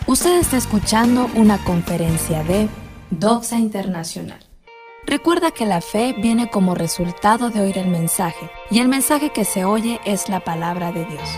Usted está escuchando una conferencia de Doxa Internacional. Recuerda que la fe viene como resultado de oír el mensaje, y el mensaje que se oye es la palabra de Dios.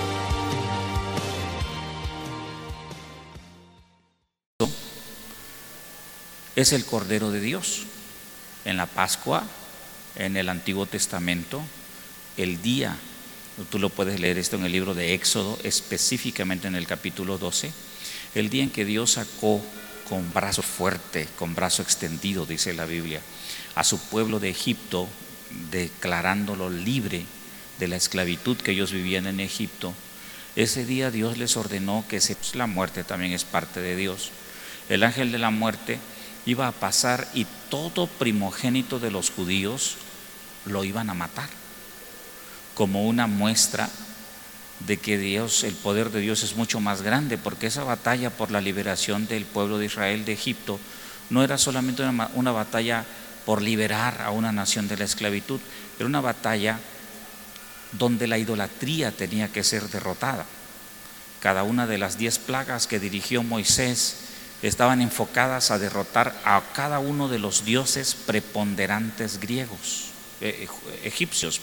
Es el Cordero de Dios. En la Pascua, en el Antiguo Testamento, el día, tú lo puedes leer esto en el libro de Éxodo, específicamente en el capítulo 12, el día en que Dios sacó con brazo fuerte, con brazo extendido, dice la Biblia, a su pueblo de Egipto, declarándolo libre de la esclavitud que ellos vivían en Egipto. Ese día Dios les ordenó que la muerte también es parte de Dios. El ángel de la muerte iba a pasar y todo primogénito de los judíos lo iban a matar, como una muestra de que Dios, el poder de Dios es mucho más grande, porque esa batalla por la liberación del pueblo de Israel de Egipto no era solamente una batalla por liberar a una nación de la esclavitud, era una batalla donde la idolatría tenía que ser derrotada. Cada una de las 10 plagas que dirigió Moisés estaban enfocadas a derrotar a cada uno de los dioses preponderantes egipcios.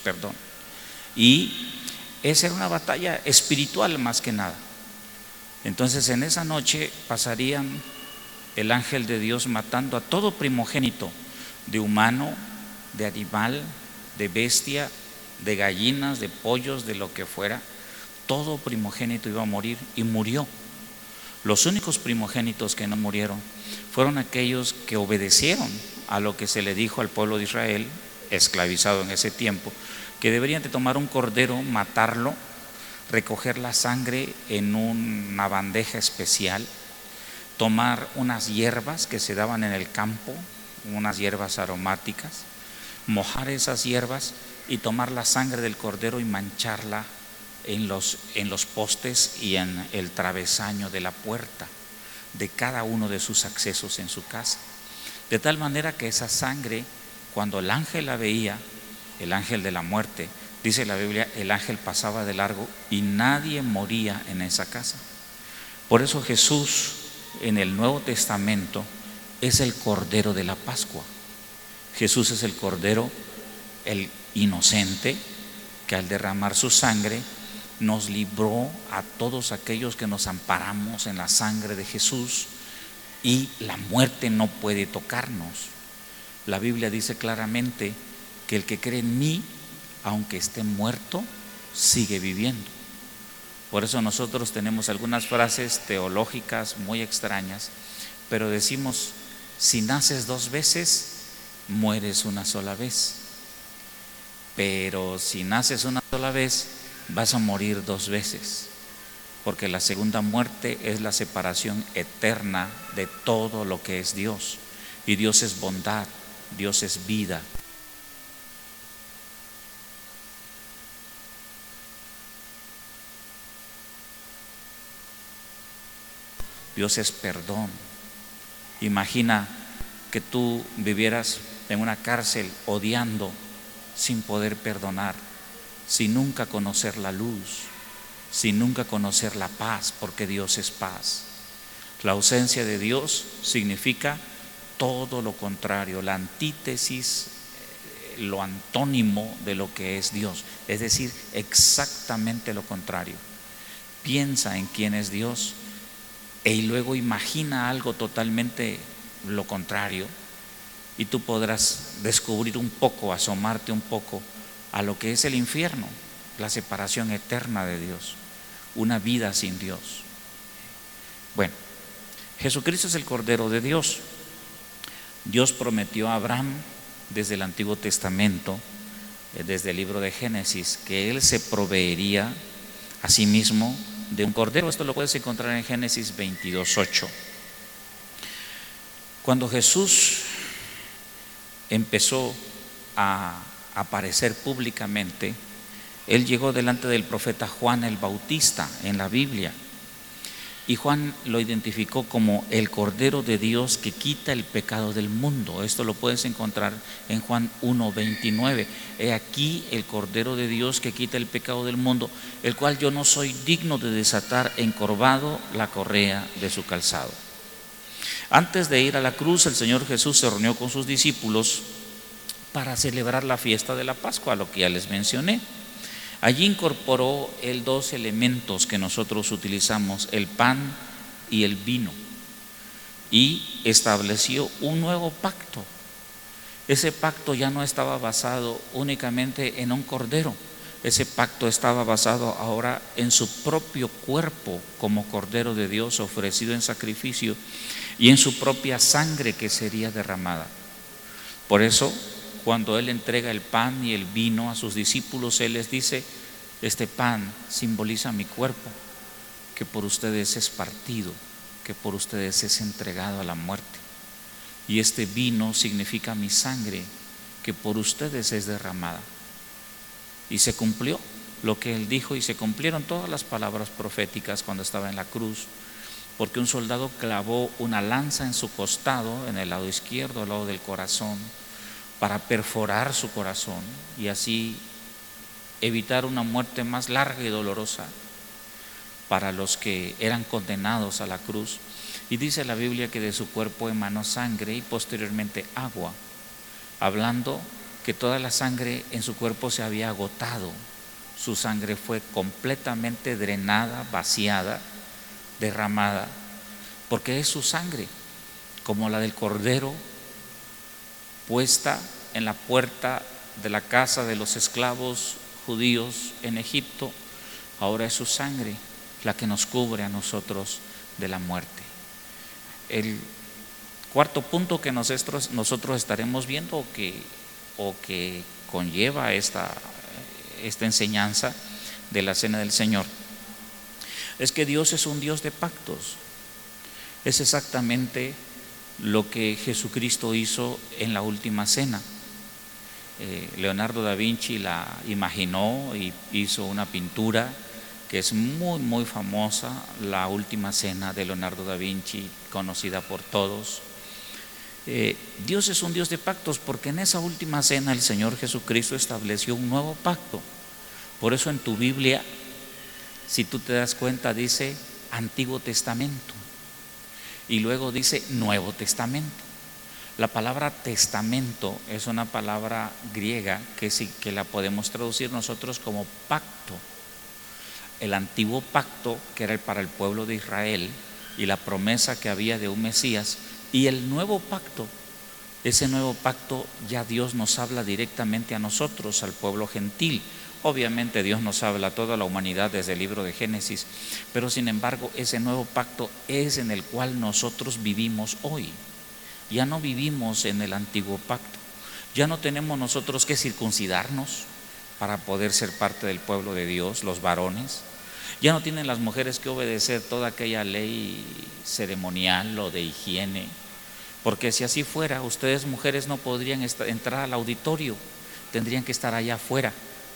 Y esa era una batalla espiritual más que nada. Entonces en esa noche pasarían el ángel de Dios matando a todo primogénito, de humano, de animal, de bestia, de gallinas, de pollos, de lo que fuera. Todo primogénito iba a morir, y murió. Los únicos primogénitos que no murieron fueron aquellos que obedecieron a lo que se le dijo al pueblo de Israel, esclavizado en ese tiempo, que deberían de tomar un cordero, matarlo, recoger la sangre en una bandeja especial, tomar unas hierbas que se daban en el campo, unas hierbas aromáticas, mojar esas hierbas y tomar la sangre del cordero y mancharla en los postes y en el travesaño de la puerta de cada uno de sus accesos en su casa, de tal manera que esa sangre, cuando el ángel la veía, el ángel de la muerte, dice la Biblia, el ángel pasaba de largo y nadie moría en esa casa. Por eso Jesús en el Nuevo Testamento es el Cordero de la Pascua. Jesús es el Cordero, el inocente, que al derramar su sangre nos libró a todos aquellos que nos amparamos en la sangre de Jesús, y la muerte no puede tocarnos. La Biblia dice claramente que el que cree en mí, aunque esté muerto, sigue viviendo. Por eso nosotros tenemos algunas frases teológicas muy extrañas, pero decimos: si naces 2 veces, mueres una sola vez. Pero si naces una sola vez, vas a morir 2 veces, porque la segunda muerte es la separación eterna de todo lo que es Dios. Y Dios es bondad, Dios es vida. Dios es perdón. Imagina que tú vivieras en una cárcel odiando, sin poder perdonar, sin nunca conocer la luz, sin nunca conocer la paz, porque Dios es paz. La ausencia de Dios significa todo lo contrario, la antítesis, lo antónimo de lo que es Dios, es decir, exactamente lo contrario. Piensa en quién es Dios y luego imagina algo totalmente lo contrario, y tú podrás descubrir un poco, asomarte un poco a lo que es el infierno, la separación eterna de Dios, una vida sin Dios. Bueno, Jesucristo es el Cordero de Dios. Dios prometió a Abraham desde el Antiguo Testamento, desde el libro de Génesis, que él se proveería a sí mismo de un cordero. Esto lo puedes encontrar en Génesis 22:8. Cuando Jesús empezó a aparecer públicamente, él llegó delante del profeta Juan el Bautista en la Biblia, Y Juan lo identificó como el Cordero de Dios que quita el pecado del mundo. Esto lo puedes encontrar en Juan 1:29. He aquí el Cordero de Dios que quita el pecado del mundo, el cual yo no soy digno de desatar encorvado la correa de su calzado. Antes de ir a la cruz, el Señor Jesús se reunió con sus discípulos para celebrar la fiesta de la Pascua, lo que ya les mencioné. Allí incorporó Él dos elementos que nosotros utilizamos, el pan y el vino, y estableció un nuevo pacto. Ese pacto ya no estaba basado únicamente en un cordero, ese pacto estaba basado ahora en su propio cuerpo como Cordero de Dios ofrecido en sacrificio y en su propia sangre que sería derramada. Por eso, cuando Él entrega el pan y el vino a sus discípulos, Él les dice: este pan simboliza mi cuerpo, que por ustedes es partido, que por ustedes es entregado a la muerte. Y este vino significa mi sangre, que por ustedes es derramada. Y se cumplió lo que Él dijo, y se cumplieron todas las palabras proféticas cuando estaba en la cruz, porque un soldado clavó una lanza en su costado, en el lado izquierdo, al lado del corazón, para perforar su corazón y así evitar una muerte más larga y dolorosa para los que eran condenados a la cruz. Y dice la Biblia que de su cuerpo emanó sangre y posteriormente agua, hablando que toda la sangre en su cuerpo se había agotado. Su sangre fue completamente drenada, vaciada, derramada, porque es su sangre, como la del Cordero, puesta en la puerta de la casa de los esclavos judíos en Egipto. Ahora es su sangre la que nos cubre a nosotros de la muerte. El cuarto punto que nosotros estaremos viendo o que conlleva esta enseñanza de la Cena del Señor es que Dios es un Dios de pactos. Es exactamente lo que Jesucristo hizo en la última cena. Leonardo da Vinci la imaginó y hizo una pintura que es muy muy famosa, la última cena de Leonardo da Vinci, conocida por todos. Dios es un Dios de pactos, porque en esa última cena el Señor Jesucristo estableció un nuevo pacto. Por eso en tu Biblia, si tú te das cuenta, dice Antiguo Testamento y luego dice Nuevo Testamento. La palabra testamento es una palabra griega que la podemos traducir nosotros como pacto. El antiguo pacto, que era para el pueblo de Israel, y la promesa que había de un Mesías, y el nuevo pacto. Ese nuevo pacto ya Dios nos habla directamente a nosotros, al pueblo gentil. Obviamente Dios nos habla a toda la humanidad desde el libro de Génesis, pero sin embargo ese nuevo pacto es en el cual nosotros vivimos hoy. Ya no vivimos en el antiguo pacto. Ya no tenemos nosotros que circuncidarnos para poder ser parte del pueblo de Dios, los varones. Ya no tienen las mujeres que obedecer toda aquella ley ceremonial o de higiene, porque si así fuera, ustedes mujeres no podrían entrar al auditorio, tendrían que estar allá afuera,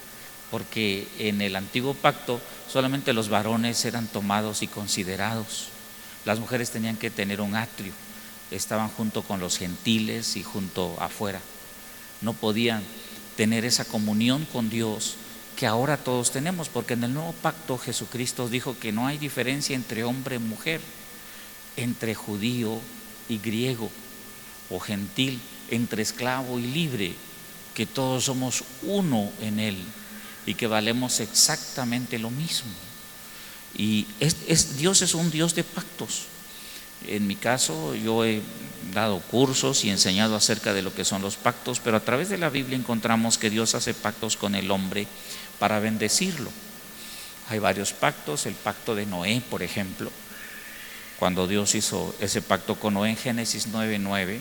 porque en el antiguo pacto solamente los varones eran tomados y considerados. Las mujeres tenían que tener un atrio, estaban junto con los gentiles y junto afuera. No podían tener esa comunión con Dios que ahora todos tenemos, porque en el nuevo pacto Jesucristo dijo que no hay diferencia entre hombre y mujer, entre judío y griego o gentil, entre esclavo y libre, que todos somos uno en Él y que valemos exactamente lo mismo. Y Dios es un Dios de pactos. En mi caso, yo he dado cursos y enseñado acerca de lo que son los pactos, pero a través de la Biblia encontramos que Dios hace pactos con el hombre para bendecirlo. Hay varios pactos, el pacto de Noé, por ejemplo. Cuando Dios hizo ese pacto con Noé en Génesis 9:9,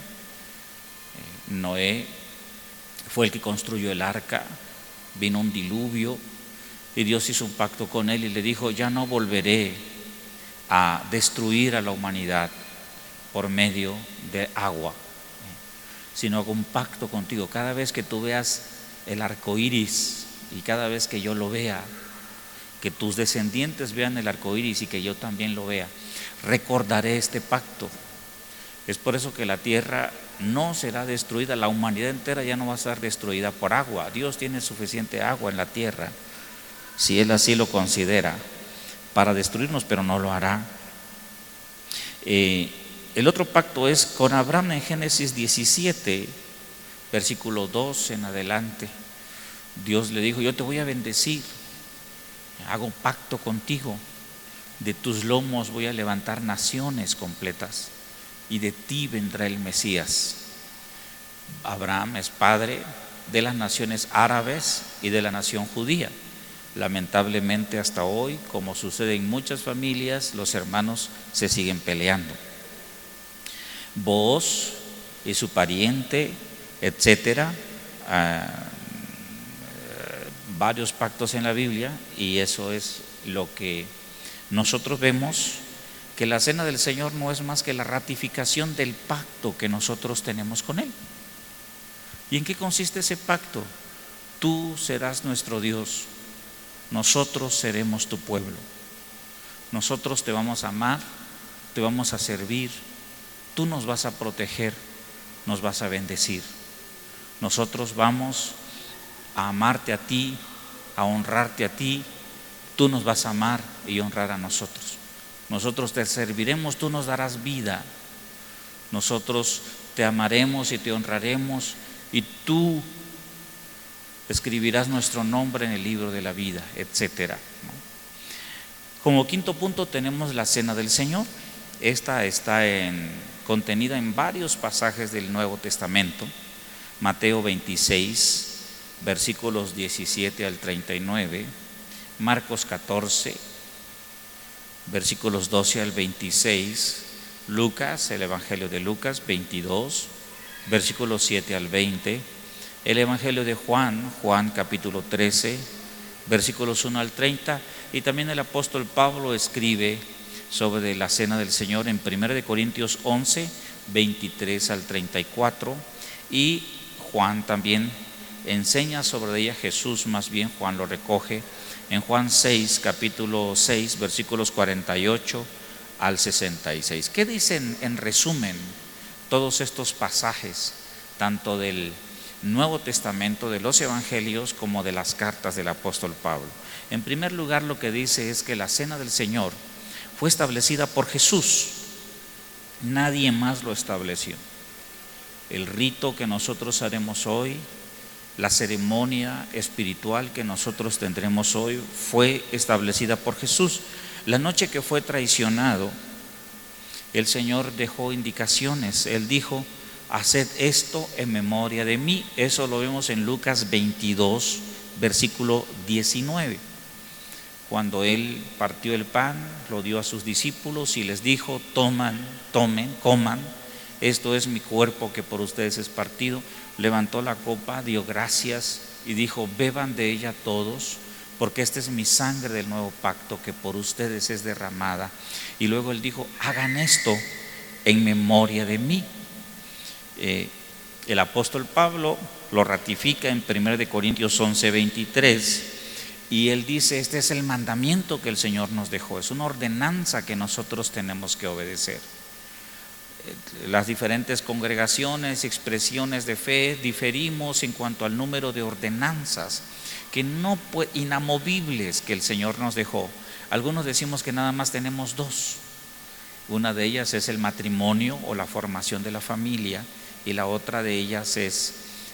Noé fue el que construyó el arca, vino un diluvio y Dios hizo un pacto con él y le dijo: ya no volveré a destruir a la humanidad por medio de agua, sino hago un pacto contigo. Cada vez que tú veas el arco iris y cada vez que yo lo vea, que tus descendientes vean el arco iris y que yo también lo vea. recordaré este pacto. Es por eso que la tierra no será destruida, la humanidad entera ya no va a ser destruida por agua. Dios tiene suficiente agua en la tierra, si Él así lo considera, para destruirnos, pero no lo hará. El otro pacto es con Abraham en Génesis 17, versículo 2 en adelante. Dios le dijo: yo te voy a bendecir, hago pacto contigo, de tus lomos voy a levantar naciones completas y de ti vendrá el Mesías. Abraham es padre de las naciones árabes y de la nación judía. Lamentablemente hasta hoy, como sucede en muchas familias, los hermanos se siguen peleando. Booz y su pariente, etcétera, varios pactos en la Biblia, y eso es lo que nosotros vemos, que la cena del Señor no es más que la ratificación del pacto que nosotros tenemos con Él. ¿Y en qué consiste ese pacto? Tú serás nuestro Dios, nosotros seremos tu pueblo, nosotros te vamos a amar, te vamos a servir, tú nos vas a proteger, nos vas a bendecir. Nosotros vamos a amarte a ti, a honrarte a ti, tú nos vas a amar y honrar a nosotros. Nosotros te serviremos, tú nos darás vida. Nosotros te amaremos y te honraremos y tú escribirás nuestro nombre en el libro de la vida, etcétera. Como quinto punto tenemos la cena del Señor. Esta está contenida en varios pasajes del Nuevo Testamento. Mateo 26, versículos 17 al 39, Marcos 14, versículos 12 al 26, Lucas, el Evangelio de Lucas 22, versículos 7 al 20, el Evangelio de Juan, Juan capítulo 13, versículos 1 al 30, y también el apóstol Pablo escribe sobre la cena del Señor en 1 Corintios 11, 23 al 34, y Juan también enseña sobre ella. Jesús más bien, Juan lo recoge en Juan 6, capítulo 6, versículos 48 al 66. ¿Qué dicen en resumen todos estos pasajes, tanto del Nuevo Testamento, de los Evangelios, como de las cartas del apóstol Pablo? En primer lugar, lo que dice es que la cena del Señor fue establecida por Jesús, nadie más lo estableció. El rito que nosotros haremos hoy, la ceremonia espiritual que nosotros tendremos hoy, fue establecida por Jesús. La noche que fue traicionado, el Señor dejó indicaciones. Él dijo: haced esto en memoria de mí. Eso lo vemos en Lucas 22, versículo 19. Cuando Él partió el pan, lo dio a sus discípulos y les dijo: tomen, coman, esto es mi cuerpo que por ustedes es partido. Levantó la copa, dio gracias y dijo: beban de ella todos, porque esta es mi sangre del nuevo pacto que por ustedes es derramada. Y luego Él dijo: hagan esto en memoria de mí. El apóstol Pablo lo ratifica en 1 Corintios 11, 23, y él dice: este es el mandamiento que el Señor nos dejó, es una ordenanza que nosotros tenemos que obedecer. Las diferentes congregaciones, expresiones de fe, diferimos en cuanto al número de ordenanzas inamovibles que el Señor nos dejó. Algunos decimos que nada más tenemos dos. Una de ellas es el matrimonio o la formación de la familia, y la otra de ellas es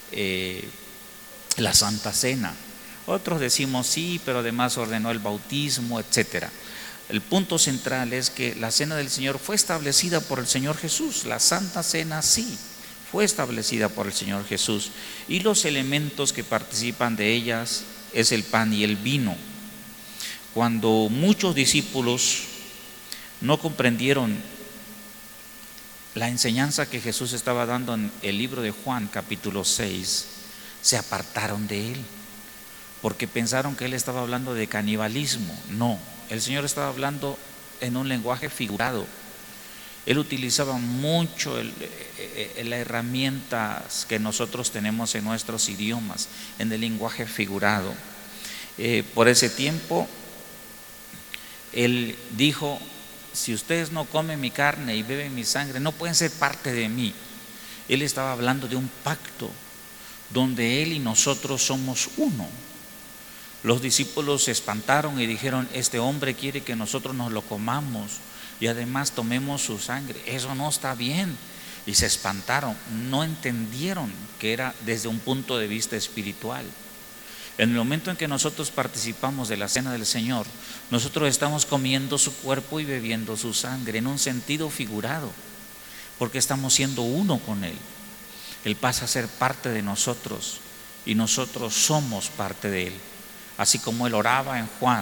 la Santa Cena. Otros decimos sí, pero además ordenó el bautismo, etcétera. El punto central es que la cena del Señor fue establecida por el Señor Jesús. La Santa Cena sí fue establecida por el Señor Jesús, y los elementos que participan de ellas es el pan y el vino. Cuando muchos discípulos no comprendieron la enseñanza que Jesús estaba dando en el libro de Juan capítulo 6, se apartaron de Él, porque pensaron que Él estaba hablando de canibalismo. No, el Señor estaba hablando en un lenguaje figurado. Él utilizaba mucho las herramientas que nosotros tenemos en nuestros idiomas, en el lenguaje figurado. Por ese tiempo, Él dijo: si ustedes no comen mi carne y beben mi sangre, no pueden ser parte de mí. Él estaba hablando de un pacto donde Él y nosotros somos uno. Los discípulos se espantaron y dijeron: este hombre quiere que nosotros nos lo comamos y además tomemos su sangre. Eso no está bien. Y se espantaron, no entendieron que era desde un punto de vista espiritual. En el momento en que nosotros participamos de la cena del Señor, nosotros estamos comiendo su cuerpo y bebiendo su sangre en un sentido figurado, porque estamos siendo uno con Él. Él pasa a ser parte de nosotros y nosotros somos parte de Él. Así como Él oraba en Juan,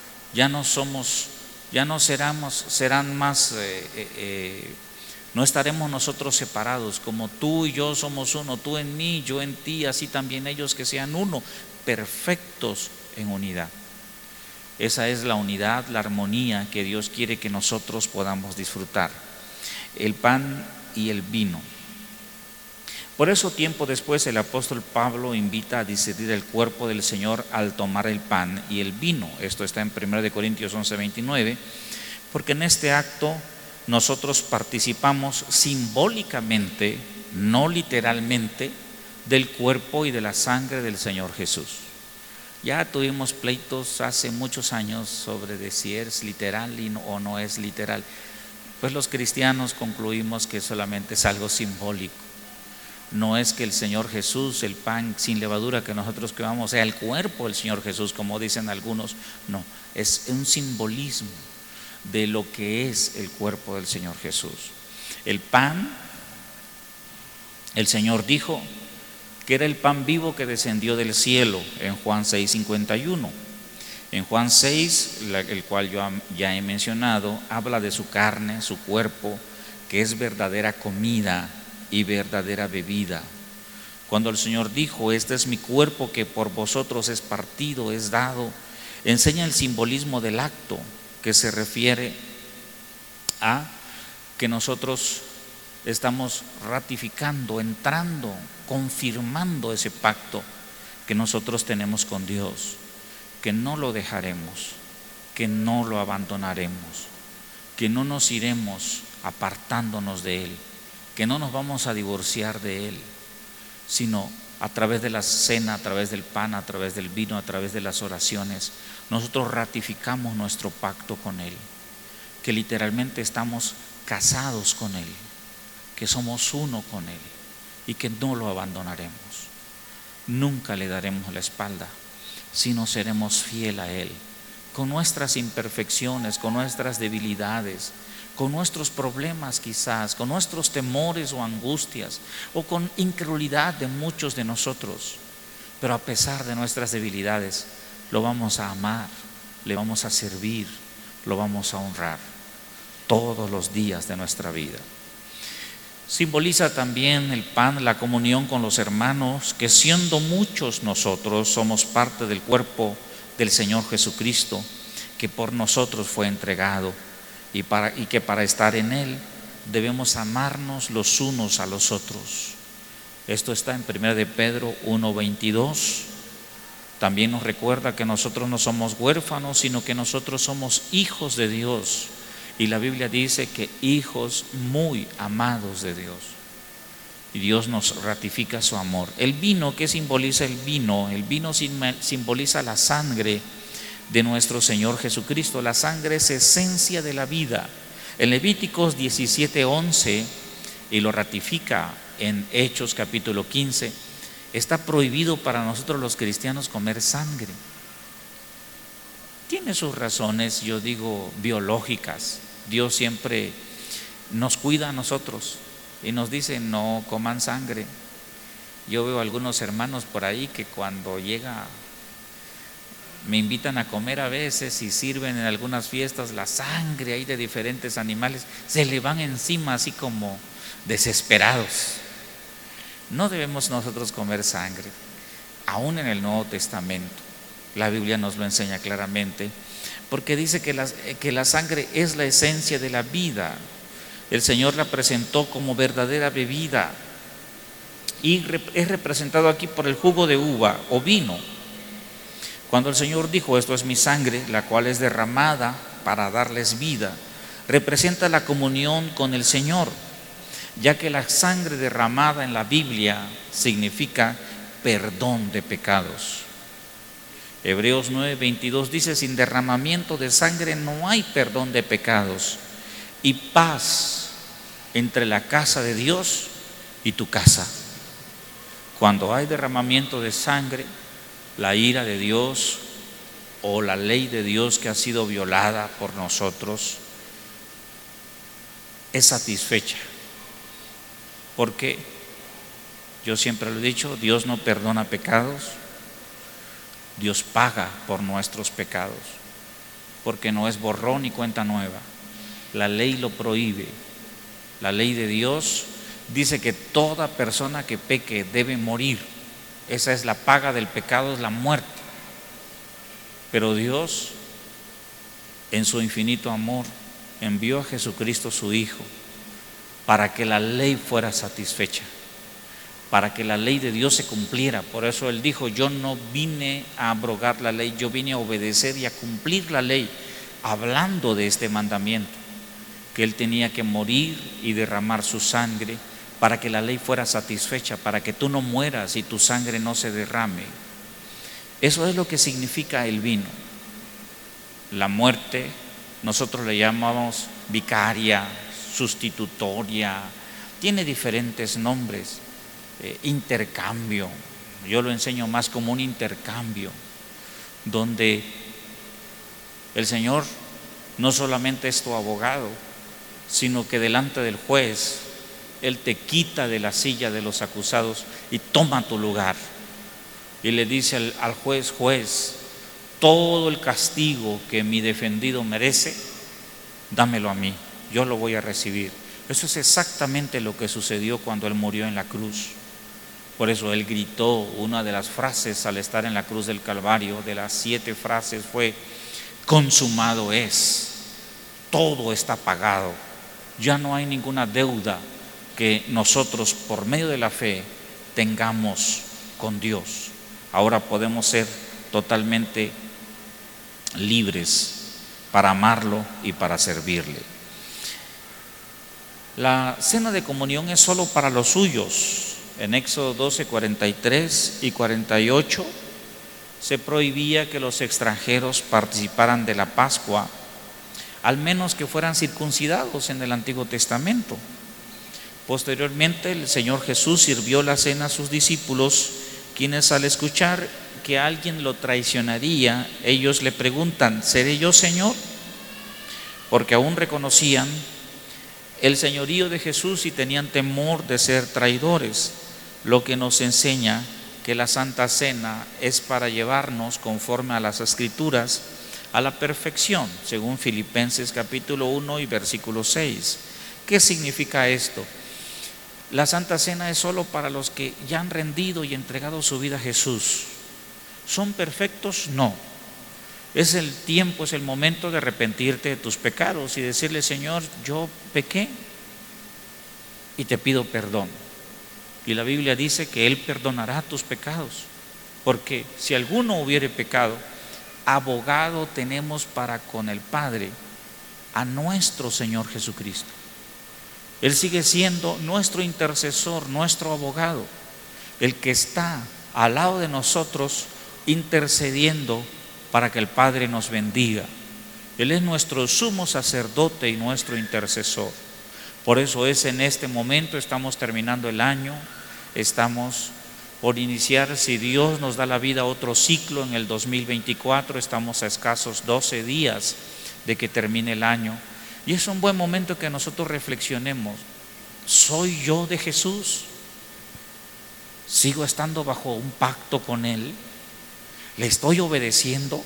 no estaremos nosotros separados, como tú y yo somos uno, tú en mí, yo en ti, así también ellos que sean uno, perfectos en unidad. Esa es la unidad, la armonía que Dios quiere que nosotros podamos disfrutar. El pan y el vino. Por eso, tiempo después, el apóstol Pablo invita a discernir el cuerpo del Señor al tomar el pan y el vino. Esto está en 1 Corintios 11:29, porque en este acto nosotros participamos simbólicamente, no literalmente, del cuerpo y de la sangre del Señor Jesús. Ya tuvimos pleitos hace muchos años sobre de si es literal o no es literal. Pues los cristianos concluimos que solamente es algo simbólico. No es que el Señor Jesús, el pan sin levadura que nosotros comamos, sea el cuerpo del Señor Jesús, como dicen algunos. No, es un simbolismo de lo que es el cuerpo del Señor Jesús. El pan, el Señor dijo que era el pan vivo que descendió del cielo en Juan 6:51. En Juan 6, el cual yo ya he mencionado, habla de su carne, su cuerpo, que es verdadera comida y verdadera bebida. Cuando el Señor dijo: este es mi cuerpo que por vosotros es partido, es dado, enseña el simbolismo del acto, que se refiere a que nosotros estamos ratificando, entrando, confirmando ese pacto que nosotros tenemos con Dios, que no lo dejaremos, que no lo abandonaremos, que no nos iremos apartándonos de Él, que no nos vamos a divorciar de Él, sino a través de la cena, a través del pan, a través del vino, a través de las oraciones, nosotros ratificamos nuestro pacto con Él, que literalmente estamos casados con Él, que somos uno con Él y que no lo abandonaremos. Nunca le daremos la espalda, sino seremos fiel a Él, con nuestras imperfecciones, con nuestras debilidades, con nuestros problemas quizás, con nuestros temores o angustias, o con incredulidad de muchos de nosotros. Pero a pesar de nuestras debilidades, lo vamos a amar, le vamos a servir, lo vamos a honrar todos los días de nuestra vida. Simboliza también el pan, la comunión con los hermanos, que siendo muchos nosotros somos parte del cuerpo del Señor Jesucristo, que por nosotros fue entregado, y que para estar en Él debemos amarnos los unos a los otros. Esto está en 1 de Pedro 1:22. También nos recuerda que nosotros no somos huérfanos, sino que nosotros somos hijos de Dios. Y la Biblia dice que hijos muy amados de Dios. Y Dios nos ratifica su amor. El vino, ¿qué simboliza el vino? El vino simboliza la sangre de nuestro Señor Jesucristo. La sangre es esencia de la vida. En Levíticos 17:11, y lo ratifica en Hechos capítulo 15, está prohibido para nosotros los cristianos comer sangre. Tiene sus razones, yo digo, biológicas. Dios siempre nos cuida a nosotros y nos dice: no coman sangre. Yo veo algunos hermanos por ahí que cuando me invitan a comer a veces y sirven en algunas fiestas la sangre ahí de diferentes animales, se le van encima así como desesperados. No debemos nosotros comer sangre, aún en el Nuevo Testamento. La Biblia nos lo enseña claramente, porque dice que la sangre es la esencia de la vida. El Señor la presentó como verdadera bebida y es representado aquí por el jugo de uva o vino. Cuando el Señor dijo: esto es mi sangre, la cual es derramada para darles vida, representa la comunión con el Señor, ya que la sangre derramada en la Biblia significa perdón de pecados. Hebreos 9:22 dice: sin derramamiento de sangre no hay perdón de pecados y paz entre la casa de Dios y tu casa. Cuando hay derramamiento de sangre, la ira de Dios o la ley de Dios que ha sido violada por nosotros es satisfecha. Porque yo siempre lo he dicho, Dios no perdona pecados, Dios paga por nuestros pecados, porque no es borrón ni cuenta nueva. La ley lo prohíbe. La ley de Dios dice que toda persona que peque debe morir. Esa es la paga del pecado, es la muerte. Pero Dios, en su infinito amor, envió a Jesucristo su Hijo para que la ley fuera satisfecha, para que la ley de Dios se cumpliera. Por eso Él dijo: yo no vine a abrogar la ley, yo vine a obedecer y a cumplir la ley, hablando de este mandamiento, que Él tenía que morir y derramar su sangre para que la ley fuera satisfecha, para que tú no mueras y tu sangre no se derrame. Eso es lo que significa el vino. La muerte, nosotros le llamamos vicaria, sustitutoria, tiene diferentes nombres, intercambio. Yo lo enseño más como un intercambio, donde el Señor no solamente es tu abogado, sino que delante del juez Él te quita de la silla de los acusados y toma tu lugar. Y le dice al juez: juez, todo el castigo que mi defendido merece, dámelo a mí, yo lo voy a recibir. Eso es exactamente lo que sucedió cuando Él murió en la cruz. Por eso Él gritó, una de las frases al estar en la cruz del Calvario, de las 7 frases, fue: consumado es, todo está pagado, ya no hay ninguna deuda que nosotros por medio de la fe tengamos con Dios. Ahora podemos ser totalmente libres para amarlo y para servirle. La cena de comunión es solo para los suyos. En Éxodo 12, 43 y 48 se prohibía que los extranjeros participaran de la Pascua, al menos que fueran circuncidados en el Antiguo Testamento. Posteriormente, el Señor Jesús sirvió la cena a sus discípulos, quienes al escuchar que alguien lo traicionaría, ellos le preguntan: ¿seré yo, Señor? Porque aún reconocían el señorío de Jesús y tenían temor de ser traidores, lo que nos enseña que la Santa Cena es para llevarnos, conforme a las Escrituras, a la perfección, según Filipenses capítulo 1 y versículo 6. ¿Qué significa esto? La Santa Cena es solo para los que ya han rendido y entregado su vida a Jesús. ¿Son perfectos? No. Es el tiempo, es el momento de arrepentirte de tus pecados y decirle: Señor, yo pequé y te pido perdón. Y la Biblia dice que Él perdonará tus pecados, porque si alguno hubiere pecado, abogado tenemos para con el Padre, a nuestro Señor Jesucristo. Él sigue siendo nuestro intercesor, nuestro abogado, el que está al lado de nosotros intercediendo para que el Padre nos bendiga. Él es nuestro sumo sacerdote y nuestro intercesor. Por eso es en este momento, estamos terminando el año, estamos por iniciar, si Dios nos da la vida, otro ciclo en el 2024, estamos a escasos 12 días de que termine el año. Y es un buen momento que nosotros reflexionemos: ¿soy yo de Jesús? ¿Sigo estando bajo un pacto con Él? ¿Le estoy obedeciendo?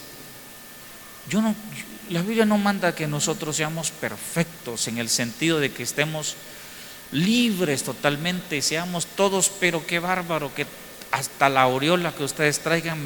La Biblia no manda que nosotros seamos perfectos en el sentido de que estemos libres totalmente, seamos todos, pero qué bárbaro, que hasta la aureola que ustedes traigan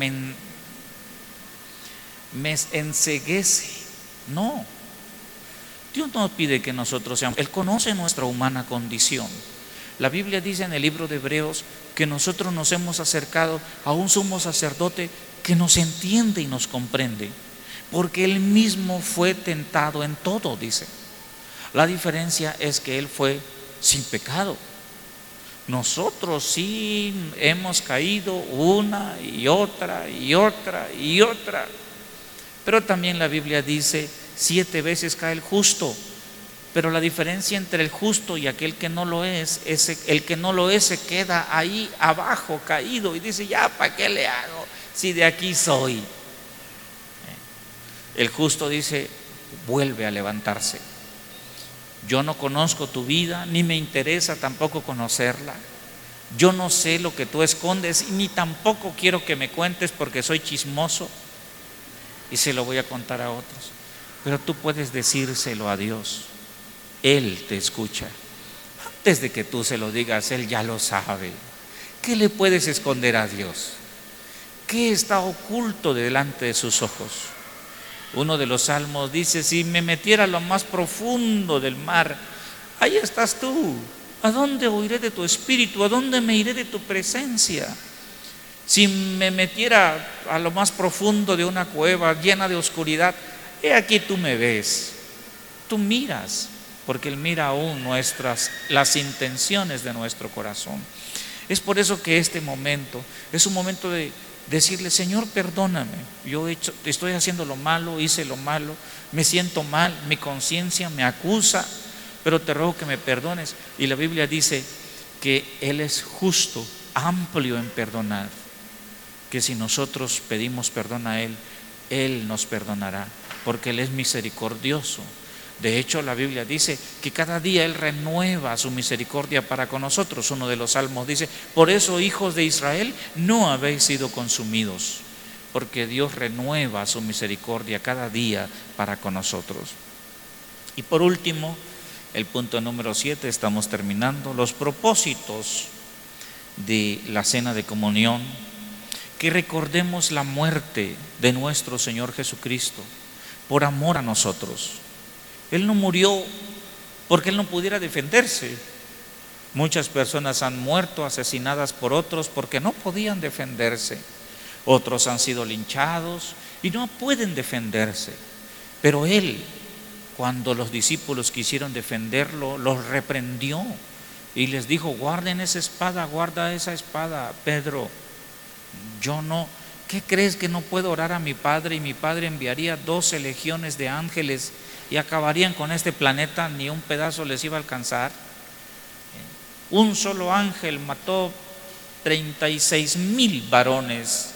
me enceguece. No. Dios no pide que nosotros seamos, Él conoce nuestra humana condición. La Biblia dice en el libro de Hebreos que nosotros nos hemos acercado a un sumo sacerdote que nos entiende y nos comprende, porque Él mismo fue tentado en todo, dice. La diferencia es que Él fue sin pecado. Nosotros sí hemos caído una y otra y otra y otra. Pero también la Biblia dice 7 veces cae el justo. Pero la diferencia entre el justo y aquel que no lo es el que no lo es se queda ahí abajo caído y dice, ya, ¿para qué le hago si de aquí soy? El justo dice, vuelve a levantarse. Yo no conozco tu vida, ni me interesa tampoco conocerla. Yo no sé lo que tú escondes, ni tampoco quiero que me cuentes porque soy chismoso y se lo voy a contar a otros. Pero tú puedes decírselo a Dios. Él te escucha. Antes de que tú se lo digas, Él ya lo sabe. ¿Qué le puedes esconder a Dios? ¿Qué está oculto delante de sus ojos? Uno de los salmos dice, si me metiera a lo más profundo del mar, ahí estás tú. ¿A dónde huiré de tu espíritu? ¿A dónde me iré de tu presencia? Si me metiera a lo más profundo de una cueva llena de oscuridad, he aquí tú me ves. Tú miras, porque Él mira aún las intenciones de nuestro corazón. Es por eso que este momento es un momento de decirle, Señor, perdóname, estoy haciendo lo malo, hice lo malo, me siento mal, mi conciencia me acusa, pero te ruego que me perdones. Y la Biblia dice que Él es justo, amplio en perdonar, que si nosotros pedimos perdón a Él, Él nos perdonará, porque Él es misericordioso. De hecho, la Biblia dice que cada día Él renueva su misericordia para con nosotros. Uno de los salmos dice, por eso, hijos de Israel, no habéis sido consumidos, porque Dios renueva su misericordia cada día para con nosotros. Y por último, el punto número 7, estamos terminando, los propósitos de la cena de comunión, que recordemos la muerte de nuestro Señor Jesucristo por amor a nosotros. Él no murió porque Él no pudiera defenderse. Muchas personas han muerto asesinadas por otros porque no podían defenderse. Otros han sido linchados y no pueden defenderse. Pero Él, cuando los discípulos quisieron defenderlo, los reprendió y les dijo, guarden esa espada, guarda esa espada. Pedro, yo no, ¿qué crees que no puedo orar a mi Padre y mi Padre enviaría 12 legiones de ángeles y acabarían con este planeta, ni un pedazo les iba a alcanzar? Un solo ángel mató 36,000 varones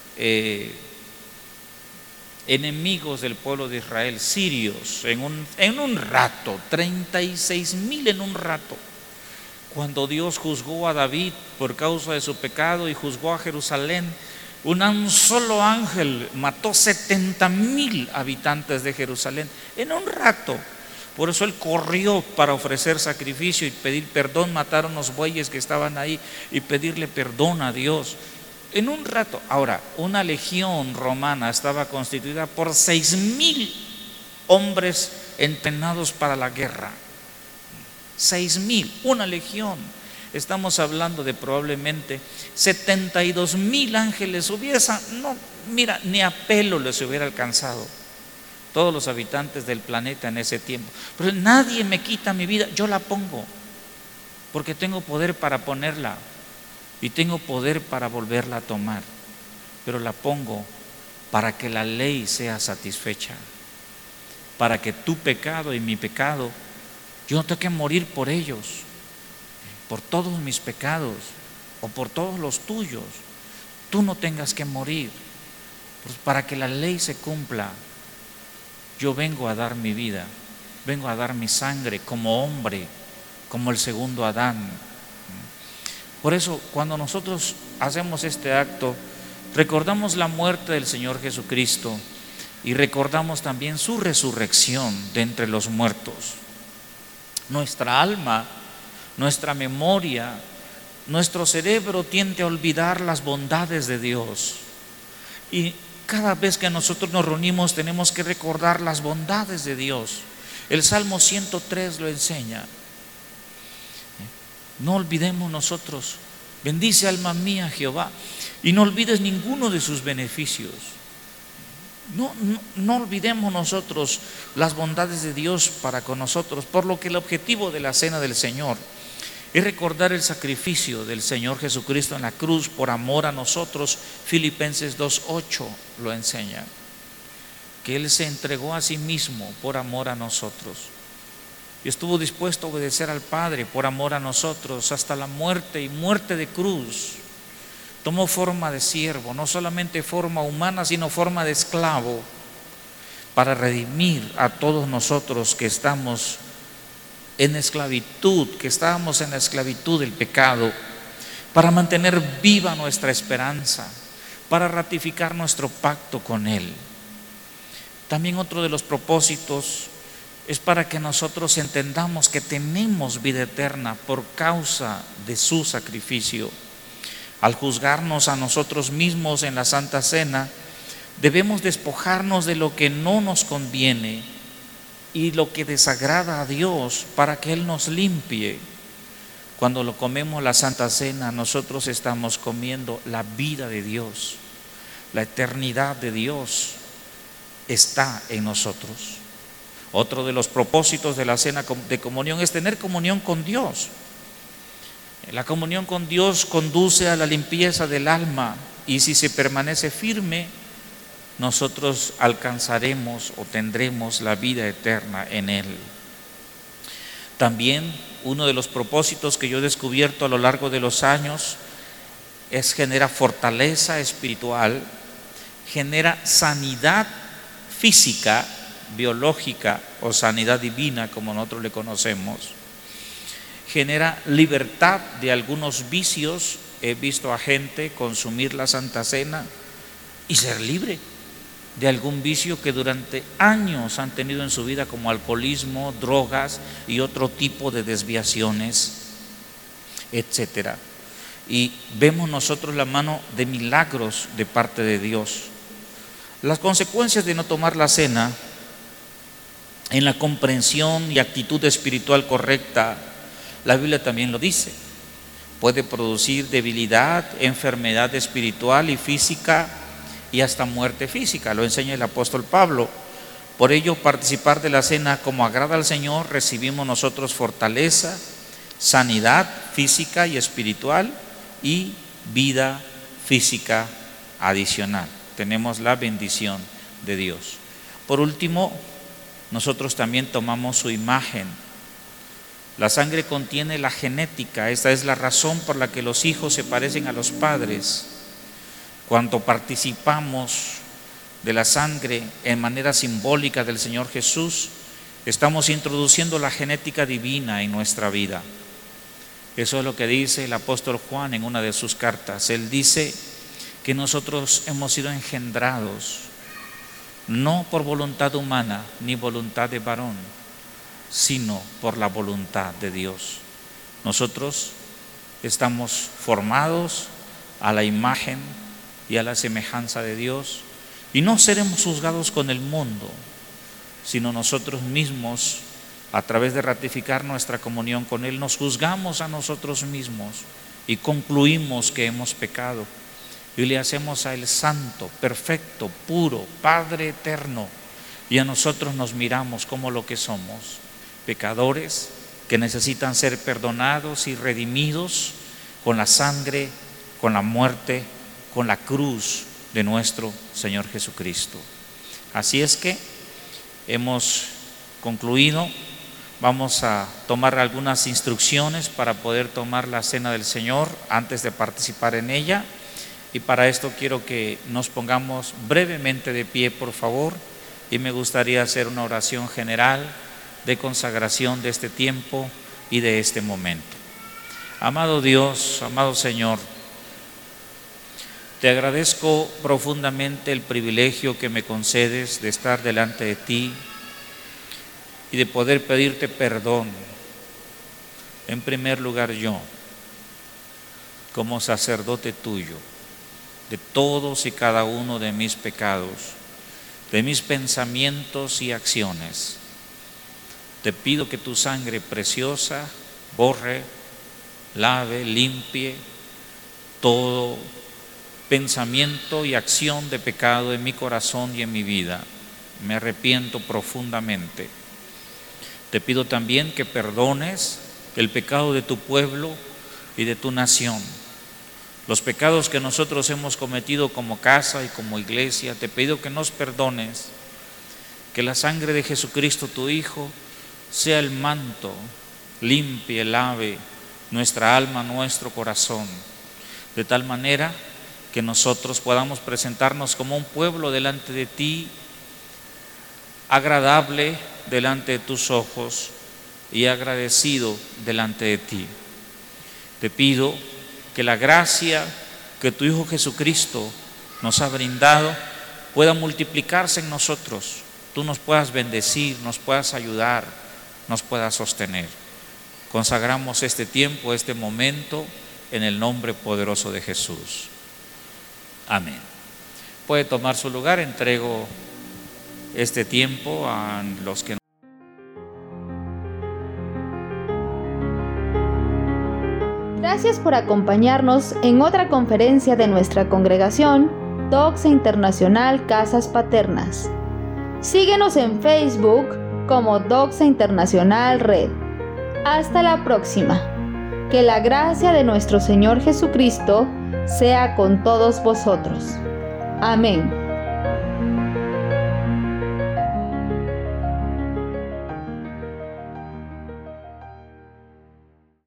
enemigos del pueblo de Israel, sirios, en un rato, 36,000 en un rato. Cuando Dios juzgó a David por causa de su pecado y juzgó a Jerusalén, un solo ángel mató 70,000 habitantes de Jerusalén en un rato. Por eso Él corrió para ofrecer sacrificio y pedir perdón, matar a unos bueyes que estaban ahí y pedirle perdón a Dios en un rato. Ahora, una legión romana estaba constituida por 6,000 hombres entrenados para la guerra. 6,000, una legión. Estamos hablando de probablemente 72,000 ángeles. Ni a pelo les hubiera alcanzado todos los habitantes del planeta en ese tiempo. Pero nadie me quita mi vida, yo la pongo, porque tengo poder para ponerla y tengo poder para volverla a tomar. Pero la pongo para que la ley sea satisfecha, para que tu pecado y mi pecado, yo no tengo que morir por ellos, por todos mis pecados o por todos los tuyos. Tú no tengas que morir, pues para que la ley se cumpla. Yo vengo a dar mi vida, vengo a dar mi sangre como hombre, como el segundo Adán. Por eso, cuando nosotros hacemos este acto, recordamos la muerte del Señor Jesucristo y recordamos también su resurrección de entre los muertos. Nuestra alma, nuestra memoria, nuestro cerebro tiende a olvidar las bondades de Dios. Y cada vez que nosotros nos reunimos tenemos que recordar las bondades de Dios. El Salmo 103 lo enseña. No olvidemos nosotros, bendice alma mía Jehová, y no olvides ninguno de sus beneficios. No olvidemos nosotros las bondades de Dios para con nosotros, por lo que el objetivo de la cena del Señor es recordar el sacrificio del Señor Jesucristo en la cruz por amor a nosotros. Filipenses 2:8 lo enseña, que Él se entregó a sí mismo por amor a nosotros y estuvo dispuesto a obedecer al Padre por amor a nosotros hasta la muerte y muerte de cruz. Tomó forma de siervo, no solamente forma humana, sino forma de esclavo, para redimir a todos nosotros que estamos en esclavitud, que estábamos en la esclavitud del pecado, para mantener viva nuestra esperanza, para ratificar nuestro pacto con Él. También otro de los propósitos es para que nosotros entendamos que tenemos vida eterna por causa de su sacrificio. Al juzgarnos a nosotros mismos en la Santa Cena, debemos despojarnos de lo que no nos conviene y lo que desagrada a Dios para que Él nos limpie. Cuando lo comemos la Santa Cena, nosotros estamos comiendo la vida de Dios, la eternidad de Dios está en nosotros. Otro de los propósitos de la cena de comunión es tener comunión con Dios. La comunión con Dios conduce a la limpieza del alma, y si se permanece firme, nosotros alcanzaremos o tendremos la vida eterna en Él. También uno de los propósitos que yo he descubierto a lo largo de los años es genera fortaleza espiritual, genera sanidad física, biológica o sanidad divina, como nosotros le conocemos. Genera libertad de algunos vicios. He visto a gente consumir la Santa Cena y ser libre de algún vicio que durante años han tenido en su vida, como alcoholismo, drogas y otro tipo de desviaciones, etcétera. Y vemos nosotros la mano de milagros de parte de Dios. Las consecuencias de no tomar la cena en la comprensión y actitud espiritual correcta, la Biblia también lo dice. Puede producir debilidad, enfermedad espiritual y física y hasta muerte física, lo enseña el apóstol Pablo. Por ello, participar de la cena como agrada al Señor, recibimos nosotros fortaleza, sanidad física y espiritual y vida física adicional. Tenemos la bendición de Dios. Por último, nosotros también tomamos su imagen. La sangre contiene la genética. Esta es la razón por la que los hijos se parecen a los padres. Cuando participamos de la sangre en manera simbólica del Señor Jesús, estamos introduciendo la genética divina en nuestra vida. Eso es lo que dice el apóstol Juan en una de sus cartas. Él dice que nosotros hemos sido engendrados no por voluntad humana ni voluntad de varón, sino por la voluntad de Dios. Nosotros estamos formados a la imagen y a la semejanza de Dios, y no seremos juzgados con el mundo, sino nosotros mismos, a través de ratificar nuestra comunión con Él, nos juzgamos a nosotros mismos y concluimos que hemos pecado, y le hacemos a Él santo, perfecto, puro, Padre eterno, y a nosotros nos miramos como lo que somos, pecadores que necesitan ser perdonados y redimidos con la sangre, con la muerte, con la cruz de nuestro Señor Jesucristo. Así es que hemos concluido. Vamos a tomar algunas instrucciones para poder tomar la cena del Señor antes de participar en ella, y para esto quiero que nos pongamos brevemente de pie, por favor, y me gustaría hacer una oración general de consagración de este tiempo y de este momento. Amado Dios, amado Señor, te agradezco profundamente el privilegio que me concedes de estar delante de ti y de poder pedirte perdón. En primer lugar, yo, como sacerdote tuyo, de todos y cada uno de mis pecados, de mis pensamientos y acciones. Te pido que tu sangre preciosa borre, lave, limpie todo pensamiento y acción de pecado en mi corazón y en mi vida. Me arrepiento profundamente. Te pido también que perdones el pecado de tu pueblo y de tu nación. Los pecados que nosotros hemos cometido como casa y como iglesia, te pido que nos perdones, que la sangre de Jesucristo tu Hijo sea el manto, limpie, lave nuestra alma, nuestro corazón, de tal manera que nosotros podamos presentarnos como un pueblo delante de ti, agradable delante de tus ojos y agradecido delante de ti. Te pido que la gracia que tu Hijo Jesucristo nos ha brindado pueda multiplicarse en nosotros. Tú nos puedas bendecir, nos puedas ayudar, nos puedas sostener. Consagramos este tiempo, este momento, en el nombre poderoso de Jesús. Amén. Puede tomar su lugar. Entrego este tiempo a los que... Gracias por acompañarnos en otra conferencia de nuestra congregación, Doxa Internacional Casas Paternas. Síguenos en Facebook como Doxa Internacional Red. Hasta la próxima. Que la gracia de nuestro Señor Jesucristo sea con todos vosotros. Amén.